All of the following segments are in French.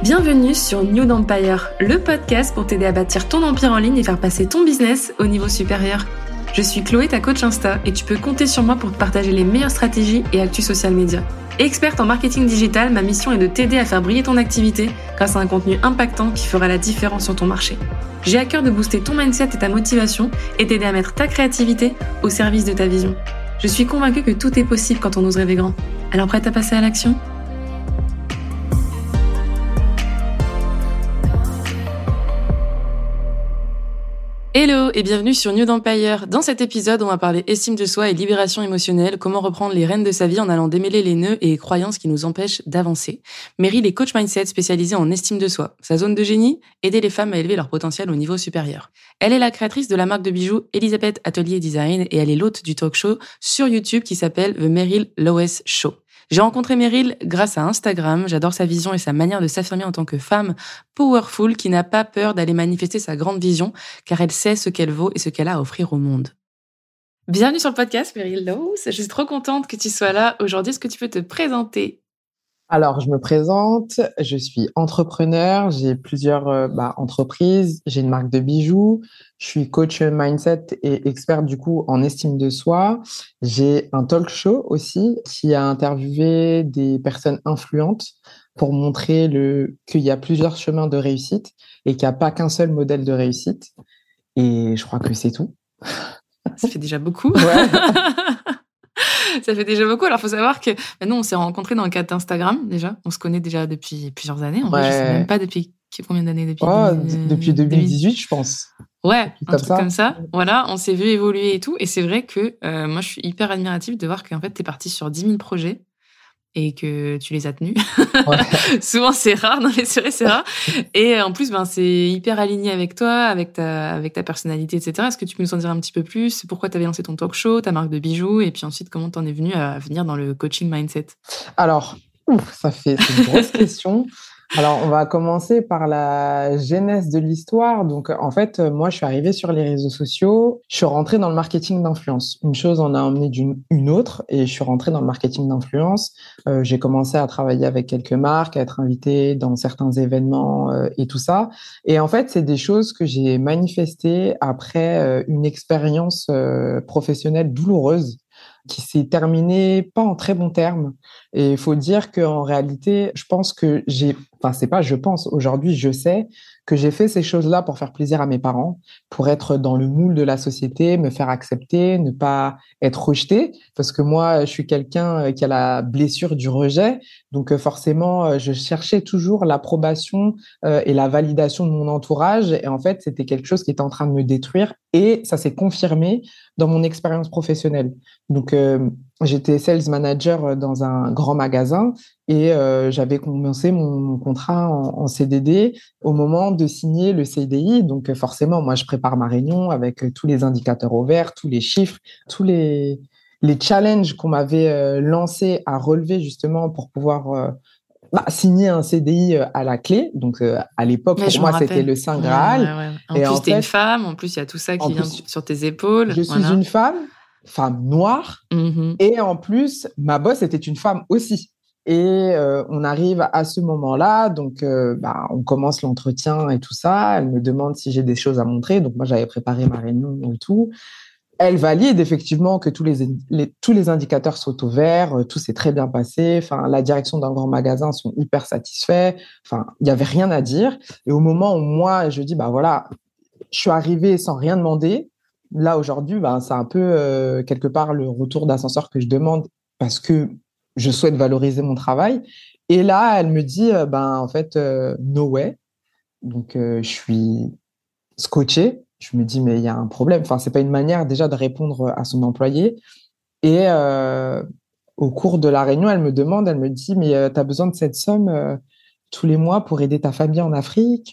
Bienvenue sur New Empire, le podcast pour t'aider à bâtir ton empire en ligne et faire passer ton business au niveau supérieur. Je suis Chloé, ta coach Insta, et tu peux compter sur moi pour te partager les meilleures stratégies et actus social media. Experte en marketing digital, ma mission est de t'aider à faire briller ton activité grâce à un contenu impactant qui fera la différence sur ton marché. J'ai à cœur de booster ton mindset et ta motivation et t'aider à mettre ta créativité au service de ta vision. Je suis convaincue que tout est possible quand on ose rêver grand. Alors prête à passer à l'action ? Hello et bienvenue sur New Empire. Dans cet épisode, on va parler estime de soi et libération émotionnelle, comment reprendre les rênes de sa vie en allant démêler les nœuds et les croyances qui nous empêchent d'avancer. Meryl est coach mindset spécialisée en estime de soi. Sa zone de génie, aider les femmes à élever leur potentiel au niveau supérieur. Elle est la créatrice de la marque de bijoux Elisabeth Atelier Design et elle est l'hôte du talk show sur YouTube qui s'appelle The Meryl Lowes Show. J'ai rencontré Meryl grâce à Instagram, j'adore sa vision et sa manière de s'affirmer en tant que femme powerful qui n'a pas peur d'aller manifester sa grande vision car elle sait ce qu'elle vaut et ce qu'elle a à offrir au monde. Bienvenue sur le podcast Meryl Lowes, je suis trop contente que tu sois là aujourd'hui, est-ce que tu peux te présenter ? Alors, je me présente, je suis entrepreneur, j'ai plusieurs entreprises, j'ai une marque de bijoux, je suis coach mindset et experte du coup en estime de soi. J'ai un talk show aussi qui a interviewé des personnes influentes pour montrer qu'il y a plusieurs chemins de réussite et qu'il n'y a pas qu'un seul modèle de réussite. Et je crois que c'est tout. Ça fait déjà beaucoup. Ouais. Ça fait déjà beaucoup. Alors, il faut savoir que nous, on s'est rencontrés dans le cadre d'Instagram, déjà. On se connaît déjà depuis plusieurs années. En vrai, je sais même pas depuis combien d'années. Depuis 2018, je pense. Ouais, un truc comme ça. Voilà, on s'est vu évoluer et tout. Et c'est vrai que moi, je suis hyper admirative de voir qu'en fait, t'es partie sur 10 000 projets et que tu les as tenus. Ouais. Souvent, c'est rare. Non, mais c'est vrai, c'est rare. Et en plus, c'est hyper aligné avec toi, avec ta personnalité, etc. Est-ce que tu peux nous en dire un petit peu plus ? Pourquoi tu avais lancé ton talk show, ta marque de bijoux ? Et puis ensuite, comment t'en es venue à venir dans le coaching mindset ? Alors, c'est une grosse question. Alors, on va commencer par la genèse de l'histoire. Donc, en fait, moi, je suis arrivée sur les réseaux sociaux. Je suis rentrée dans le marketing d'influence. Une chose en a emmené une autre et je suis rentrée dans le marketing d'influence. J'ai commencé à travailler avec quelques marques, à être invitée dans certains événements et tout ça. Et en fait, c'est des choses que j'ai manifestées après une expérience professionnelle douloureuse qui s'est terminée pas en très bons termes. Et il faut dire qu'en réalité, aujourd'hui, je sais que j'ai fait ces choses-là pour faire plaisir à mes parents, pour être dans le moule de la société, me faire accepter, ne pas être rejeté, parce que moi, je suis quelqu'un qui a la blessure du rejet, donc forcément, je cherchais toujours l'approbation et la validation de mon entourage, et en fait, c'était quelque chose qui était en train de me détruire, et ça s'est confirmé dans mon expérience professionnelle. Donc, j'étais sales manager dans un grand magasin et j'avais commencé mon contrat en CDD au moment de signer le CDI. Donc forcément, moi, je prépare ma réunion avec tous les indicateurs au vert, tous les chiffres, tous les challenges qu'on m'avait lancés à relever justement pour pouvoir signer un CDI à la clé. Donc, à l'époque, pour moi, c'était le Saint Graal. Ouais. En plus, t'es une femme. En plus, il y a tout ça qui vient sur tes épaules. Je suis une femme noire. Mm-hmm. Et en plus, ma boss était une femme aussi. Et on arrive à ce moment-là. Donc, on commence l'entretien et tout ça. Elle me demande si j'ai des choses à montrer. Donc, moi, j'avais préparé ma réunion et tout. Elle valide effectivement que tous les indicateurs sont au vert, tout s'est très bien passé. Enfin, la direction d'un grand magasin sont hyper satisfaits. Enfin, il y avait rien à dire. Et au moment où moi, je dis, je suis arrivée sans rien demander. Là, aujourd'hui, c'est un peu quelque part le retour d'ascenseur que je demande parce que je souhaite valoriser mon travail. Et là, elle me dit, en fait, no way. Donc, je suis scotchée. Je me dis, mais il y a un problème. Enfin, c'est pas une manière déjà de répondre à son employé. Et au cours de la réunion, elle me dit, mais tu as besoin de cette somme tous les mois pour aider ta famille en Afrique.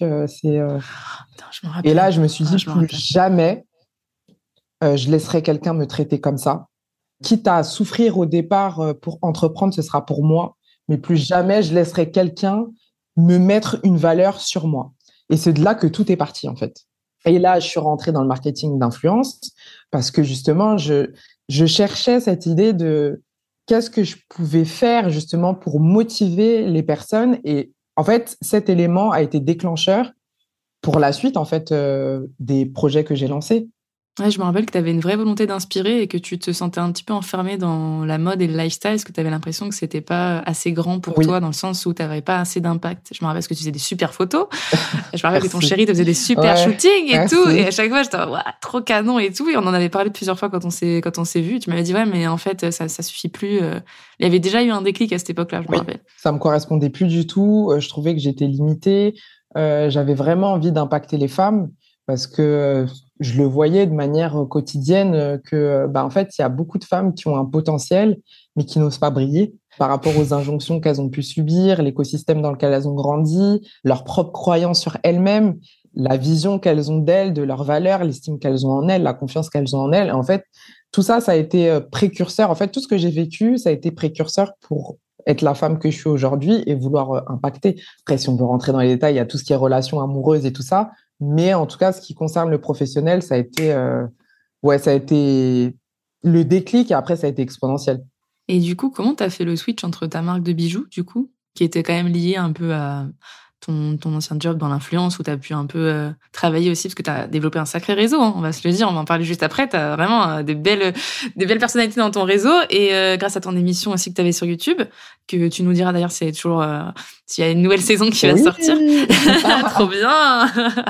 Et là, je me suis dit, plus jamais je laisserai quelqu'un me traiter comme ça. Quitte à souffrir au départ pour entreprendre, ce sera pour moi. Mais plus jamais je laisserai quelqu'un me mettre une valeur sur moi. Et c'est de là que tout est parti, en fait. Et là, je suis rentrée dans le marketing d'influence parce que justement, je cherchais cette idée de qu'est-ce que je pouvais faire justement pour motiver les personnes et en fait, cet élément a été déclencheur pour la suite, en fait, des projets que j'ai lancés. Ouais, je me rappelle que tu avais une vraie volonté d'inspirer et que tu te sentais un petit peu enfermée dans la mode et le lifestyle, parce que tu avais l'impression que c'était pas assez grand pour toi, dans le sens où tu n'avais pas assez d'impact. Je me rappelle que tu faisais des super photos. Je me rappelle que ton chéri te faisait des super shootings et tout. Et à chaque fois, j'étais trop canon et tout. Et on en avait parlé plusieurs fois quand on s'est vu. Tu m'avais dit, ouais, mais en fait, ça suffit plus. Il y avait déjà eu un déclic à cette époque-là, je me rappelle. Ça me correspondait plus du tout. Je trouvais que j'étais limitée. J'avais vraiment envie d'impacter les femmes parce que je le voyais de manière quotidienne que, en fait, il y a beaucoup de femmes qui ont un potentiel, mais qui n'osent pas briller par rapport aux injonctions qu'elles ont pu subir, l'écosystème dans lequel elles ont grandi, leur propre croyance sur elles-mêmes, la vision qu'elles ont d'elles, de leurs valeurs, l'estime qu'elles ont en elles, la confiance qu'elles ont en elles. En fait, tout ça, ça a été précurseur. En fait, tout ce que j'ai vécu, ça a été précurseur pour être la femme que je suis aujourd'hui et vouloir impacter. Après, si on veut rentrer dans les détails, il y a tout ce qui est relations amoureuses et tout ça. Mais en tout cas, ce qui concerne le professionnel, ça a été, ça a été le déclic et après, ça a été exponentiel. Et du coup, comment tu as fait le switch entre ta marque de bijoux, du coup, qui était quand même liée un peu à ton ancien job dans l'influence, où tu as pu un peu travailler aussi, parce que tu as développé un sacré réseau, hein, on va se le dire, on va en parler juste après. Tu as vraiment des belles personnalités dans ton réseau, et grâce à ton émission aussi que tu avais sur YouTube, que tu nous diras d'ailleurs c'est toujours s'il y a une nouvelle saison qui va sortir. Trop bien.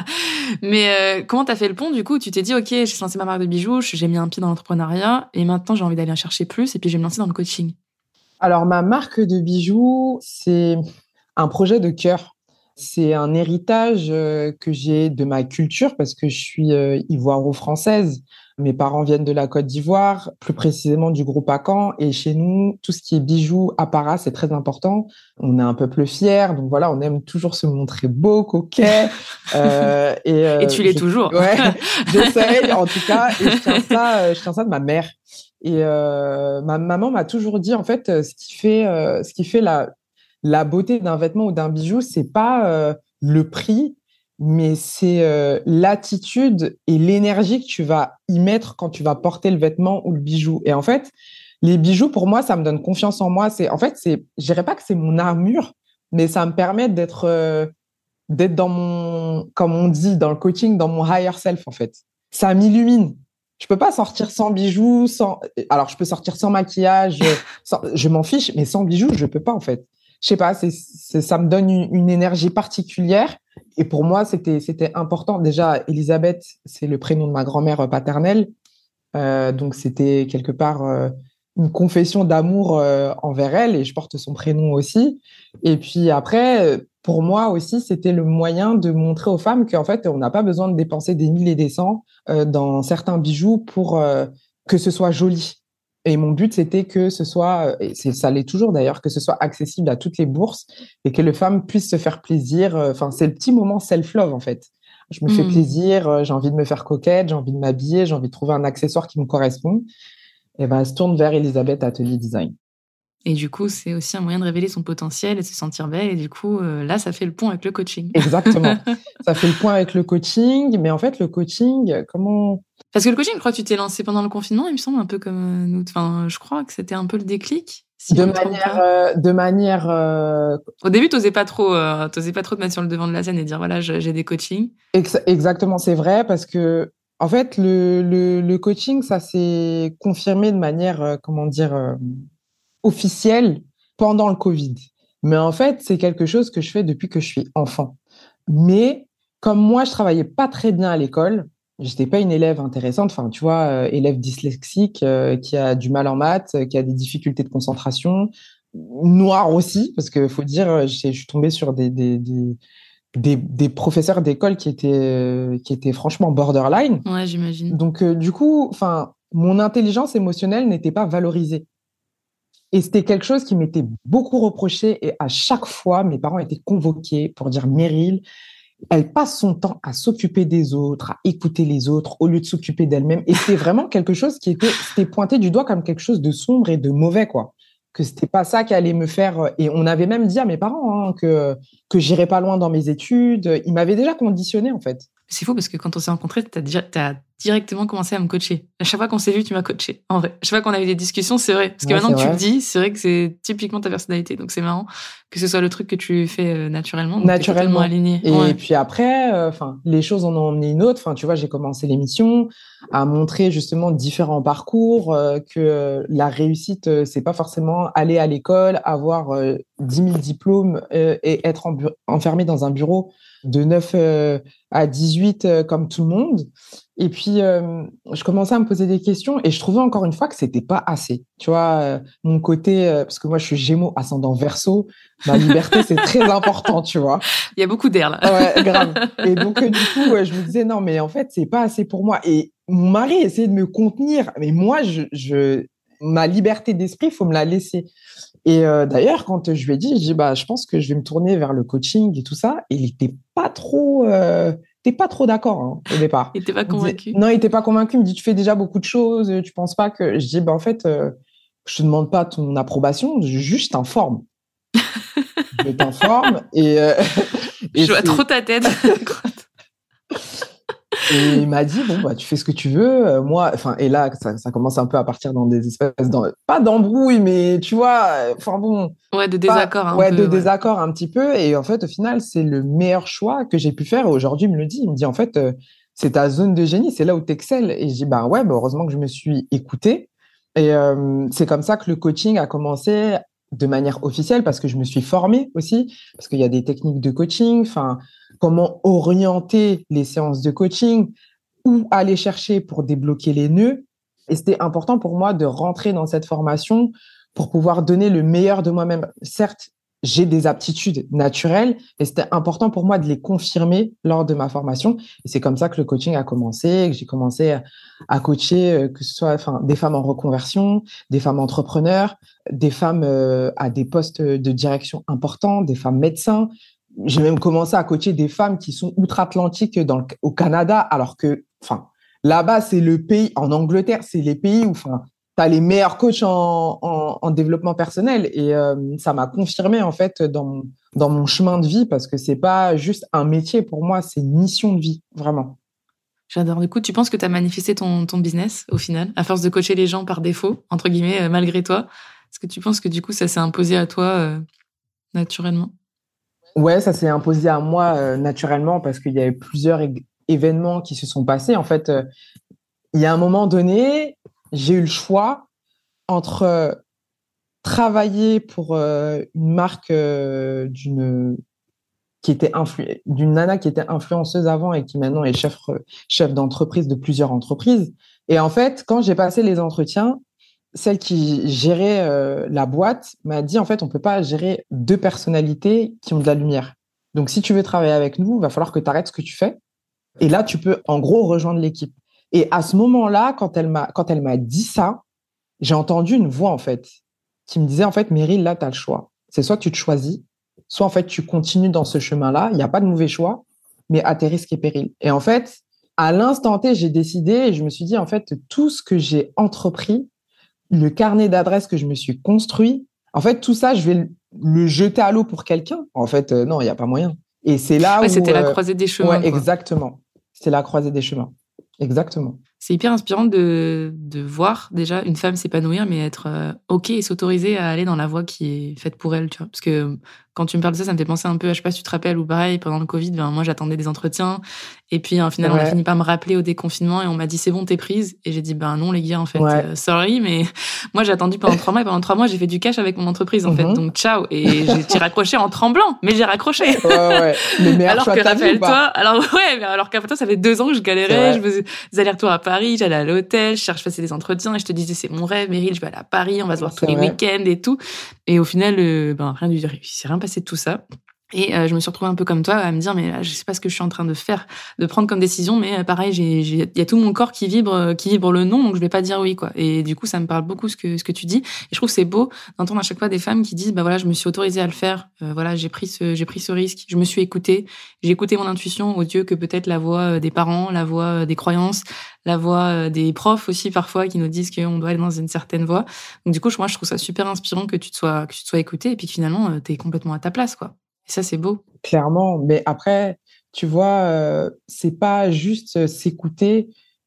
Mais comment tu as fait le pont, du coup? Tu t'es dit, ok, j'ai lancé ma marque de bijoux, j'ai mis un pied dans l'entrepreneuriat, et maintenant j'ai envie d'aller en chercher plus, et puis je vais me lancer dans le coaching. Alors, ma marque de bijoux, c'est un projet de cœur. C'est un héritage que j'ai de ma culture parce que je suis ivoiro-française. Mes parents viennent de la Côte d'Ivoire, plus précisément du groupe Akan. Et chez nous, tout ce qui est bijoux, apparat, c'est très important. On est un peuple fier, donc voilà, on aime toujours se montrer beau, coquet. Et tu l'es toujours. Ouais, j'essaye en tout cas. Et je tiens ça de ma mère. Et ma maman m'a toujours dit, en fait, ce qui fait la beauté d'un vêtement ou d'un bijou, c'est pas le prix, mais c'est l'attitude et l'énergie que tu vas y mettre quand tu vas porter le vêtement ou le bijou. Et en fait, les bijoux, pour moi, ça me donne confiance en moi. Je dirais pas que c'est mon armure, mais ça me permet d'être dans mon, comme on dit dans le coaching, dans mon higher self, en fait. Ça m'illumine. Je peux pas sortir sans bijoux, alors je peux sortir sans maquillage, je m'en fiche, mais sans bijoux, je peux pas, en fait. Je sais pas, ça me donne une énergie particulière. Et pour moi, c'était important. Déjà, Elisabeth, c'est le prénom de ma grand-mère paternelle. Donc, c'était quelque part une confession d'amour envers elle et je porte son prénom aussi. Et puis après, pour moi aussi, c'était le moyen de montrer aux femmes qu'en fait, on n'a pas besoin de dépenser des 1000 et des cents dans certains bijoux pour que ce soit joli. Et mon but, c'était que ce soit, et ça l'est toujours d'ailleurs, que ce soit accessible à toutes les bourses et que les femmes puissent se faire plaisir. Enfin, c'est le petit moment self-love, en fait. Je me fais plaisir, j'ai envie de me faire coquette, j'ai envie de m'habiller, j'ai envie de trouver un accessoire qui me correspond. Et ben, elle se tourne vers Elisabeth Atelier Design. Et du coup, c'est aussi un moyen de révéler son potentiel et de se sentir belle. Et du coup, là, ça fait le pont avec le coaching. Exactement. Ça fait le point avec le coaching. Mais en fait, le coaching, comment... Parce que le coaching, je crois que tu t'es lancé pendant le confinement, il me semble, un peu comme nous. Enfin, je crois que c'était un peu le déclic. Si de manière... Au début, t'osais pas trop te mettre sur le devant de la scène et dire, voilà, j'ai des coachings. Exactement, c'est vrai. Parce que, en fait, le coaching, ça s'est confirmé de manière, officielle pendant le Covid. Mais en fait, c'est quelque chose que je fais depuis que je suis enfant. Mais comme moi, je travaillais pas très bien à l'école, j'étais pas une élève intéressante, enfin, tu vois, élève dyslexique qui a du mal en maths, qui a des difficultés de concentration, noire aussi, parce que faut dire, je suis tombée sur des professeurs d'école qui étaient franchement borderline. Ouais, j'imagine. Donc, du coup, enfin, mon intelligence émotionnelle n'était pas valorisée. Et c'était quelque chose qui m'était beaucoup reproché. Et à chaque fois, mes parents étaient convoqués pour dire, Meryl, elle passe son temps à s'occuper des autres, à écouter les autres, au lieu de s'occuper d'elle-même. Et c'était vraiment quelque chose c'était pointé du doigt comme quelque chose de sombre et de mauvais, quoi. Que c'était pas ça qui allait me faire. Et on avait même dit à mes parents que j'irais pas loin dans mes études. Ils m'avaient déjà conditionné, en fait. C'est fou parce que quand on s'est rencontrés, t'as directement commencé à me coacher. À chaque fois qu'on s'est vu, tu m'as coaché. En vrai. À chaque fois qu'on a eu des discussions, c'est vrai. Parce que maintenant que tu le dis, c'est vrai que c'est typiquement ta personnalité. Donc, c'est marrant que ce soit le truc que tu fais naturellement. Donc, t'es totalement aligné. Et puis après, les choses en ont emmené une autre. Enfin, tu vois, j'ai commencé l'émission à montrer justement différents parcours, que la réussite, c'est pas forcément aller à l'école, avoir 10 000 diplômes et être enfermé dans un bureau de 9 à 18 comme tout le monde. Et puis, je commençais à me poser des questions et je trouvais encore une fois que c'était pas assez. Tu vois, mon côté, parce que moi, je suis Gémeaux, ascendant Verseau, ma liberté, c'est très important, tu vois. Il y a beaucoup d'air, là. Ouais, grave. Et donc, du coup, je me disais, non, mais en fait, c'est pas assez pour moi. Et mon mari essayait de me contenir. Mais moi, ma liberté d'esprit, il faut me la laisser. Et d'ailleurs, quand je lui ai dit, je pense que je vais me tourner vers le coaching et tout ça. Et il était pas trop... T'es pas trop d'accord au départ. Il était pas convaincu. Non, il était pas convaincu. Il me dit, tu fais déjà beaucoup de choses. Tu penses pas que... Je dis, en fait, je te demande pas ton approbation. Je t'informe. Je t'informe. Et je vois trop ta tête. Et il m'a dit, tu fais ce que tu veux. Moi, et là, ça commence un peu à partir dans des espèces, pas d'embrouille, mais tu vois, Ouais, de désaccord un peu. Ouais, de désaccord un petit peu. Et en fait, au final, c'est le meilleur choix que j'ai pu faire. Et aujourd'hui, il me le dit. Il me dit, en fait, c'est ta zone de génie, c'est là où tu excelles. Et je dis, heureusement que je me suis écoutée. Et c'est comme ça que le coaching a commencé de manière officielle parce que je me suis formée aussi, parce qu'il y a des techniques de coaching, comment orienter les séances de coaching, où aller chercher pour débloquer les nœuds. Et c'était important pour moi de rentrer dans cette formation pour pouvoir donner le meilleur de moi-même. Certes, j'ai des aptitudes naturelles, mais c'était important pour moi de les confirmer lors de ma formation. Et c'est comme ça que le coaching a commencé, que j'ai commencé à coacher, que ce soit des femmes en reconversion, des femmes entrepreneurs, des femmes à des postes de direction importants, des femmes médecins. J'ai même commencé à coacher des femmes qui sont outre-Atlantique au Canada, alors que, là-bas, c'est le pays, en Angleterre, c'est les pays où, tu as les meilleurs coachs en développement personnel. Et ça m'a confirmé, en fait, dans mon chemin de vie, parce que c'est pas juste un métier pour moi, c'est une mission de vie, vraiment. J'adore. Du coup, tu penses que tu as manifesté ton business, au final, à force de coacher les gens par défaut, entre guillemets, malgré toi? Est-ce que tu penses que, du coup, ça s'est imposé à toi naturellement? Ouais, ça s'est imposé à moi naturellement parce qu'il y a eu plusieurs événements qui se sont passés. En fait, il y a un moment donné, j'ai eu le choix entre travailler pour une marque d'une nana qui était influenceuse avant et qui maintenant est chef d'entreprise de plusieurs entreprises. Et en fait, quand j'ai passé les entretiens, celle qui gérait la boîte m'a dit, en fait, on peut pas gérer deux personnalités qui ont de la lumière. Donc, si tu veux travailler avec nous, il va falloir que tu arrêtes ce que tu fais. Et là, tu peux, en gros, rejoindre l'équipe. Et à ce moment-là, quand elle m'a dit ça, j'ai entendu une voix, en fait, qui me disait, en fait, Meryl, là, tu as le choix. C'est soit tu te choisis, soit, en fait, tu continues dans ce chemin-là. Il n'y a pas de mauvais choix, mais à tes risques et périls. Et en fait, à l'instant T, j'ai décidé et je me suis dit, en fait, tout ce que j'ai entrepris, le carnet d'adresses que je me suis construit, en fait, tout ça, je vais le jeter à l'eau pour quelqu'un. En fait, non, il n'y a pas moyen. Et c'est là où... C'était la croisée des chemins. Ouais, exactement. C'était la croisée des chemins. Exactement. C'est hyper inspirant de voir déjà une femme s'épanouir, mais être OK et s'autoriser à aller dans la voie qui est faite pour elle, tu vois. Parce que quand tu me parles de ça, ça me fait penser un peu, je sais pas si tu te rappelles, ou pareil, pendant le Covid, moi j'attendais des entretiens, et puis finalement on a fini par me rappeler au déconfinement, et on m'a dit c'est bon, t'es prise, et j'ai dit non les gars, en fait, sorry, mais moi j'ai attendu pendant 3 mois, et pendant 3 mois j'ai fait du cash avec mon entreprise, en fait, donc ciao, et j'ai raccroché en tremblant, mais j'ai raccroché. Alors que rappelle-toi, alors qu'après toi, ça fait 2 ans que je galérais, je faisais des allers-retours à Paris, j'allais à l'hôtel, je faisais des entretiens, et je te disais c'est mon rêve, Meryl, je vais aller à Paris, on va se voir tous les week-ends et tout, et au final, rien du tout, il s'est rien passé de tout ça. Et je me suis retrouvée un peu comme toi à me dire mais là, je sais pas ce que je suis en train de faire, de prendre comme décision, mais pareil, il y a tout mon corps qui vibre le non, donc je vais pas dire oui, quoi. Et du coup, ça me parle beaucoup ce que tu dis. Et je trouve que c'est beau d'entendre à chaque fois des femmes qui disent je me suis autorisée à le faire, j'ai pris ce risque, je me suis écoutée, j'ai écouté mon intuition au Dieu que peut-être la voix des parents, la voix des croyances, la voix des profs aussi parfois qui nous disent qu'on doit aller dans une certaine voie. Donc du coup, moi je trouve ça super inspirant que tu te sois écoutée et puis que finalement t'es complètement à ta place, quoi. Et ça, c'est beau. Clairement. Mais après, tu vois, c'est pas juste s'écouter,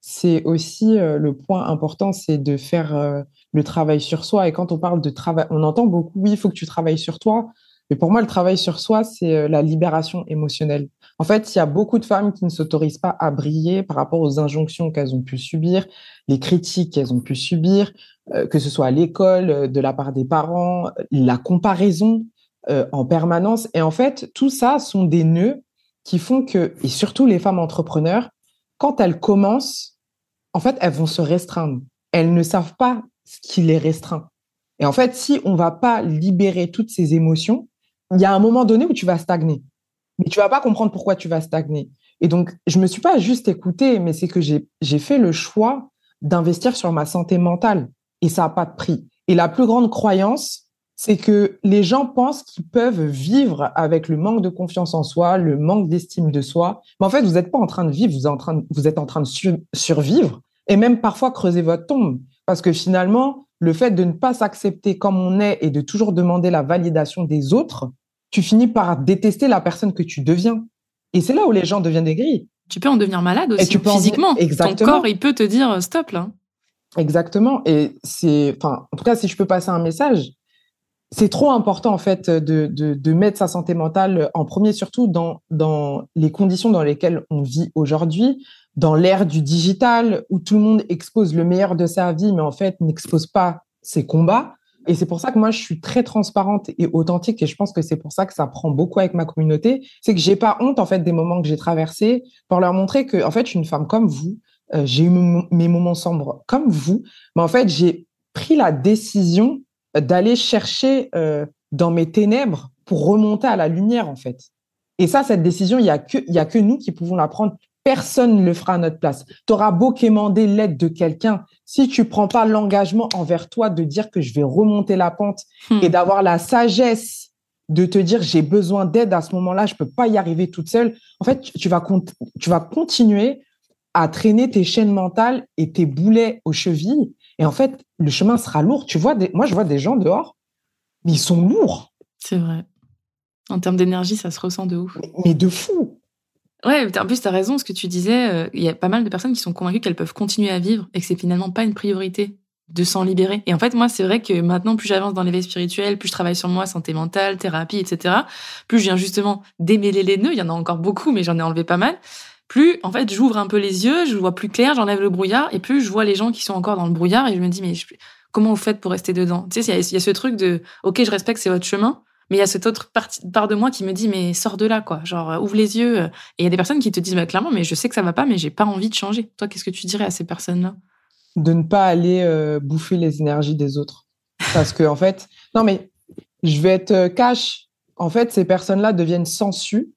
c'est aussi le point important, c'est de faire le travail sur soi. Et quand on parle de travail, on entend beaucoup, oui, il faut que tu travailles sur toi. Mais pour moi, le travail sur soi, c'est la libération émotionnelle. En fait, il y a beaucoup de femmes qui ne s'autorisent pas à briller par rapport aux injonctions qu'elles ont pu subir, les critiques qu'elles ont pu subir, que ce soit à l'école, de la part des parents, la comparaison en permanence. Et en fait, tout ça sont des nœuds qui font que, et surtout les femmes entrepreneurs, quand elles commencent, en fait, elles vont se restreindre. Elles ne savent pas ce qui les restreint. Et en fait, si on va pas libérer toutes ces émotions, il y a un moment donné où tu vas stagner. Mais tu vas pas comprendre pourquoi tu vas stagner. Et donc, je me suis pas juste écoutée, mais c'est que j'ai fait le choix d'investir sur ma santé mentale. Et ça a pas de prix. Et la plus grande croyance, c'est que les gens pensent qu'ils peuvent vivre avec le manque de confiance en soi, le manque d'estime de soi. Mais en fait, vous n'êtes pas en train de vivre, vous êtes en train de survivre et même parfois creuser votre tombe. Parce que finalement, le fait de ne pas s'accepter comme on est et de toujours demander la validation des autres, tu finis par détester la personne que tu deviens. Et c'est là où les gens deviennent aigris. Tu peux en devenir malade aussi, physiquement. Ton corps, il peut te dire stop, là. Exactement. Et en tout cas, si je peux passer un message, c'est trop important, en fait, de mettre sa santé mentale en premier, surtout dans les conditions dans lesquelles on vit aujourd'hui, dans l'ère du digital, où tout le monde expose le meilleur de sa vie, mais en fait, n'expose pas ses combats. Et c'est pour ça que moi, je suis très transparente et authentique, et je pense que c'est pour ça que ça prend beaucoup avec ma communauté. C'est que j'ai pas honte, en fait, des moments que j'ai traversés, pour leur montrer que, en fait, je suis une femme comme vous. J'ai eu mes moments sombres comme vous, mais en fait, j'ai pris la décision d'aller chercher dans mes ténèbres pour remonter à la lumière, en fait. Et ça, cette décision, il y a que nous qui pouvons la prendre. Personne ne le fera à notre place. Tu auras beau quémander l'aide de quelqu'un, si tu prends pas l'engagement envers toi de dire que je vais remonter la pente et d'avoir la sagesse de te dire j'ai besoin d'aide à ce moment-là, je peux pas y arriver toute seule. En fait, tu vas continuer à traîner tes chaînes mentales et tes boulets aux chevilles. Et en fait, le chemin sera lourd. Moi, je vois des gens dehors, mais ils sont lourds. C'est vrai. En termes d'énergie, ça se ressent de ouf. Mais de fou. Ouais, en plus, t'as raison, ce que tu disais. Il y a pas mal de personnes qui sont convaincues qu'elles peuvent continuer à vivre et que c'est finalement pas une priorité de s'en libérer. Et en fait, moi, c'est vrai que maintenant, plus j'avance dans l'éveil spirituel, plus je travaille sur moi, santé mentale, thérapie, etc., plus je viens justement démêler les nœuds. Il y en a encore beaucoup, mais j'en ai enlevé pas mal. Plus, en fait, j'ouvre un peu les yeux, je vois plus clair, j'enlève le brouillard, et plus je vois les gens qui sont encore dans le brouillard, et je me dis, mais comment vous faites pour rester dedans? Tu sais, il y a ce truc de, ok, je respecte, c'est votre chemin, mais il y a cette autre part de moi qui me dit, mais sors de là, quoi. Genre, ouvre les yeux. Et il y a des personnes qui te disent, bah, clairement, mais je sais que ça va pas, mais j'ai pas envie de changer. Toi, qu'est-ce que tu dirais à ces personnes-là? De ne pas aller bouffer les énergies des autres. Parce que, en fait, non, mais je vais être cash. En fait, ces personnes-là deviennent sensues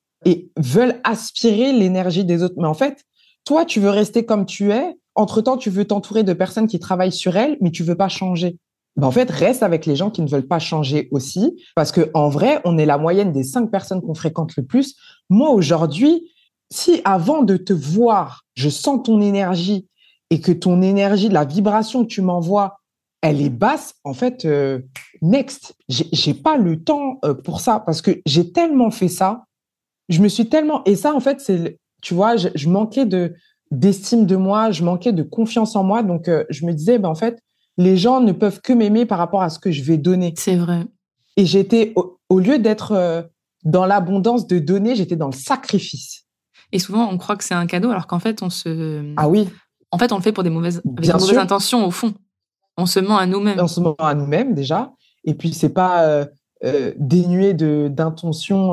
et veulent aspirer l'énergie des autres. Mais en fait, toi, tu veux rester comme tu es. Entre-temps, tu veux t'entourer de personnes qui travaillent sur elles, mais tu veux pas changer. Ben, en fait, reste avec les gens qui ne veulent pas changer aussi. Parce que, en vrai, on est la moyenne des 5 personnes qu'on fréquente le plus. Moi, aujourd'hui, si avant de te voir, je sens ton énergie et que ton énergie, la vibration que tu m'envoies, elle est basse, en fait, next. J'ai pas le temps pour ça parce que j'ai tellement fait ça. Je me suis tellement... Et ça, en fait, tu vois, je manquais d'estime de moi, je manquais de confiance en moi. Donc, je me disais, ben, en fait, les gens ne peuvent que m'aimer par rapport à ce que je vais donner. C'est vrai. Et j'étais, au lieu d'être dans l'abondance de donner, j'étais dans le sacrifice. Et souvent, on croit que c'est un cadeau, alors qu'en fait, Ah oui. En fait, on le fait avec de mauvaises intentions, au fond. On se ment à nous-mêmes. On se ment à nous-mêmes, déjà. Et puis, c'est pas dénué d'intention,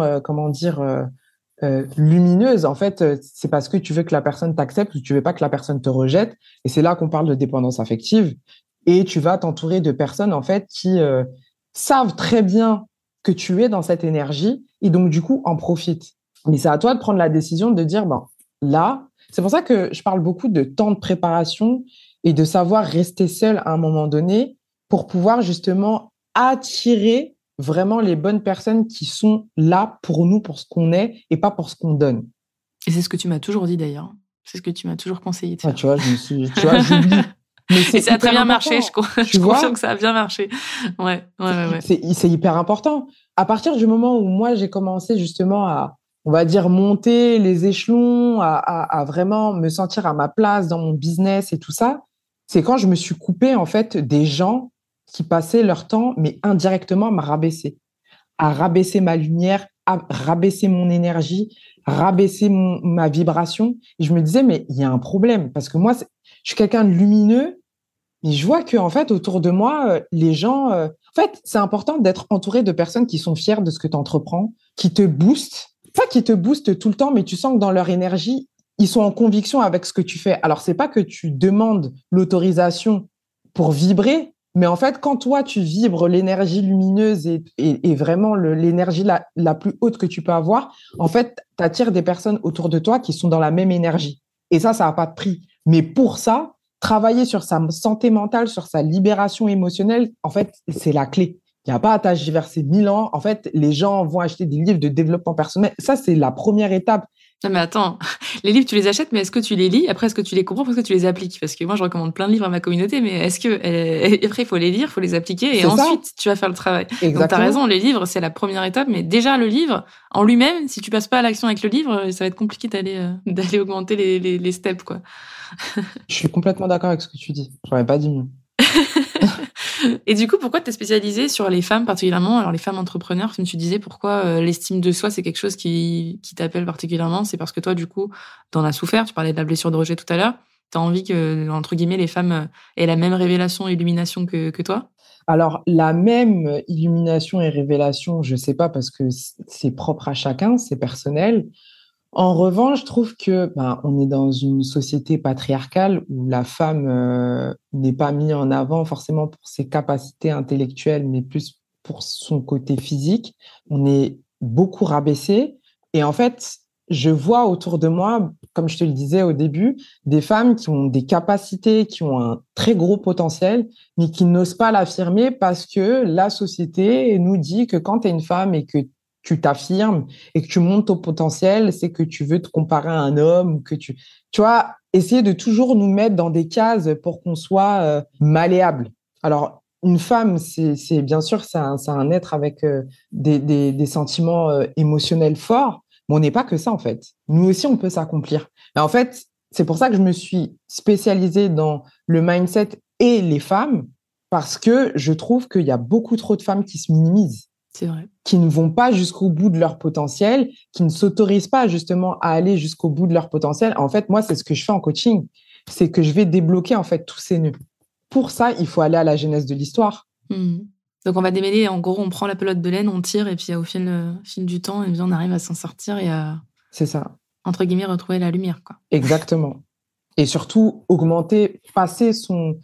lumineuse. En fait, c'est parce que tu veux que la personne t'accepte ou tu veux pas que la personne te rejette. Et c'est là qu'on parle de dépendance affective. Et tu vas t'entourer de personnes, en fait, qui savent très bien que tu es dans cette énergie et donc, du coup, en profitent. Mais c'est à toi de prendre la décision de dire, ben, là, c'est pour ça que je parle beaucoup de temps de préparation et de savoir rester seul à un moment donné pour pouvoir justement attirer vraiment les bonnes personnes qui sont là pour nous, pour ce qu'on est et pas pour ce qu'on donne. Et c'est ce que tu m'as toujours dit d'ailleurs. C'est ce que tu m'as toujours conseillé de faire. Ah, tu vois, j'oublie. Mais et ça a très bien marché, je confirme que ça a bien marché. Ouais. C'est hyper important. À partir du moment où moi, j'ai commencé justement on va dire, monter les échelons, à vraiment me sentir à ma place dans mon business et tout ça, c'est quand je me suis coupée, en fait, des gens qui passaient leur temps, mais indirectement, à me rabaisser, à rabaisser ma lumière, à rabaisser mon énergie, rabaisser ma vibration. Et je me disais, mais il y a un problème, parce que moi, je suis quelqu'un de lumineux, et je vois que, en fait, autour de moi, les gens... en fait, c'est important d'être entouré de personnes qui sont fières de ce que tu entreprends, qui te boostent, pas qui te boostent tout le temps, mais tu sens que dans leur énergie, ils sont en conviction avec ce que tu fais. Alors, c'est pas que tu demandes l'autorisation pour vibrer, mais en fait, quand toi, tu vibres l'énergie lumineuse et vraiment l'énergie la plus haute que tu peux avoir, en fait, tu attires des personnes autour de toi qui sont dans la même énergie. Et ça n'a pas de prix. Mais pour ça, travailler sur sa santé mentale, sur sa libération émotionnelle, en fait, c'est la clé. Il n'y a pas à tergiverser 1000 ans. En fait, les gens vont acheter des livres de développement personnel. Ça, c'est la première étape. Non, mais attends, les livres, tu les achètes, mais est-ce que tu les lis? Après, est-ce que tu les comprends? Est-ce que tu les appliques? Parce que moi, je recommande plein de livres à ma communauté, mais est-ce que, après, il faut les lire, il faut les appliquer, et ensuite, tu vas faire le travail. Exactement. Donc, t'as raison, les livres, c'est la première étape, mais déjà, le livre, en lui-même, si tu passes pas à l'action avec le livre, ça va être compliqué d'aller augmenter les steps, quoi. Je suis complètement d'accord avec ce que tu dis. J'aurais pas dit mieux. Et du coup, pourquoi t'es spécialisée sur les femmes particulièrement? Alors, les femmes entrepreneurs, comme tu disais, pourquoi l'estime de soi, c'est quelque chose qui t'appelle particulièrement? C'est parce que toi, du coup, t'en as souffert. Tu parlais de la blessure de rejet tout à l'heure. T'as envie que, entre guillemets, les femmes aient la même révélation et illumination que toi? Alors, la même illumination et révélation, je sais pas, parce que c'est propre à chacun, c'est personnel. En revanche, je trouve que on est dans une société patriarcale où la femme n'est pas mise en avant forcément pour ses capacités intellectuelles, mais plus pour son côté physique. On est beaucoup rabaissé. Et en fait, je vois autour de moi, comme je te le disais au début, des femmes qui ont des capacités, qui ont un très gros potentiel, mais qui n'osent pas l'affirmer parce que la société nous dit que quand tu es une femme et que tu t'affirmes et que tu montes ton potentiel, c'est que tu veux te comparer à un homme, que tu vois, essayer de toujours nous mettre dans des cases pour qu'on soit malléable. Alors, une femme, c'est bien sûr, c'est un être avec des sentiments émotionnels forts, mais on n'est pas que ça, en fait. Nous aussi, on peut s'accomplir. Et en fait, c'est pour ça que je me suis spécialisée dans le mindset et les femmes, parce que je trouve qu'il y a beaucoup trop de femmes qui se minimisent. C'est vrai. Qui ne vont pas jusqu'au bout de leur potentiel, qui ne s'autorisent pas justement à aller jusqu'au bout de leur potentiel. En fait, moi, c'est ce que je fais en coaching. C'est que je vais débloquer en fait tous ces nœuds. Pour ça, il faut aller à la genèse de l'histoire. Donc, on va démêler. En gros, on prend la pelote de laine, on tire, et puis au fil du temps, on arrive à s'en sortir et à... C'est ça. Entre guillemets, retrouver la lumière, quoi. Exactement. Et surtout, augmenter, passer son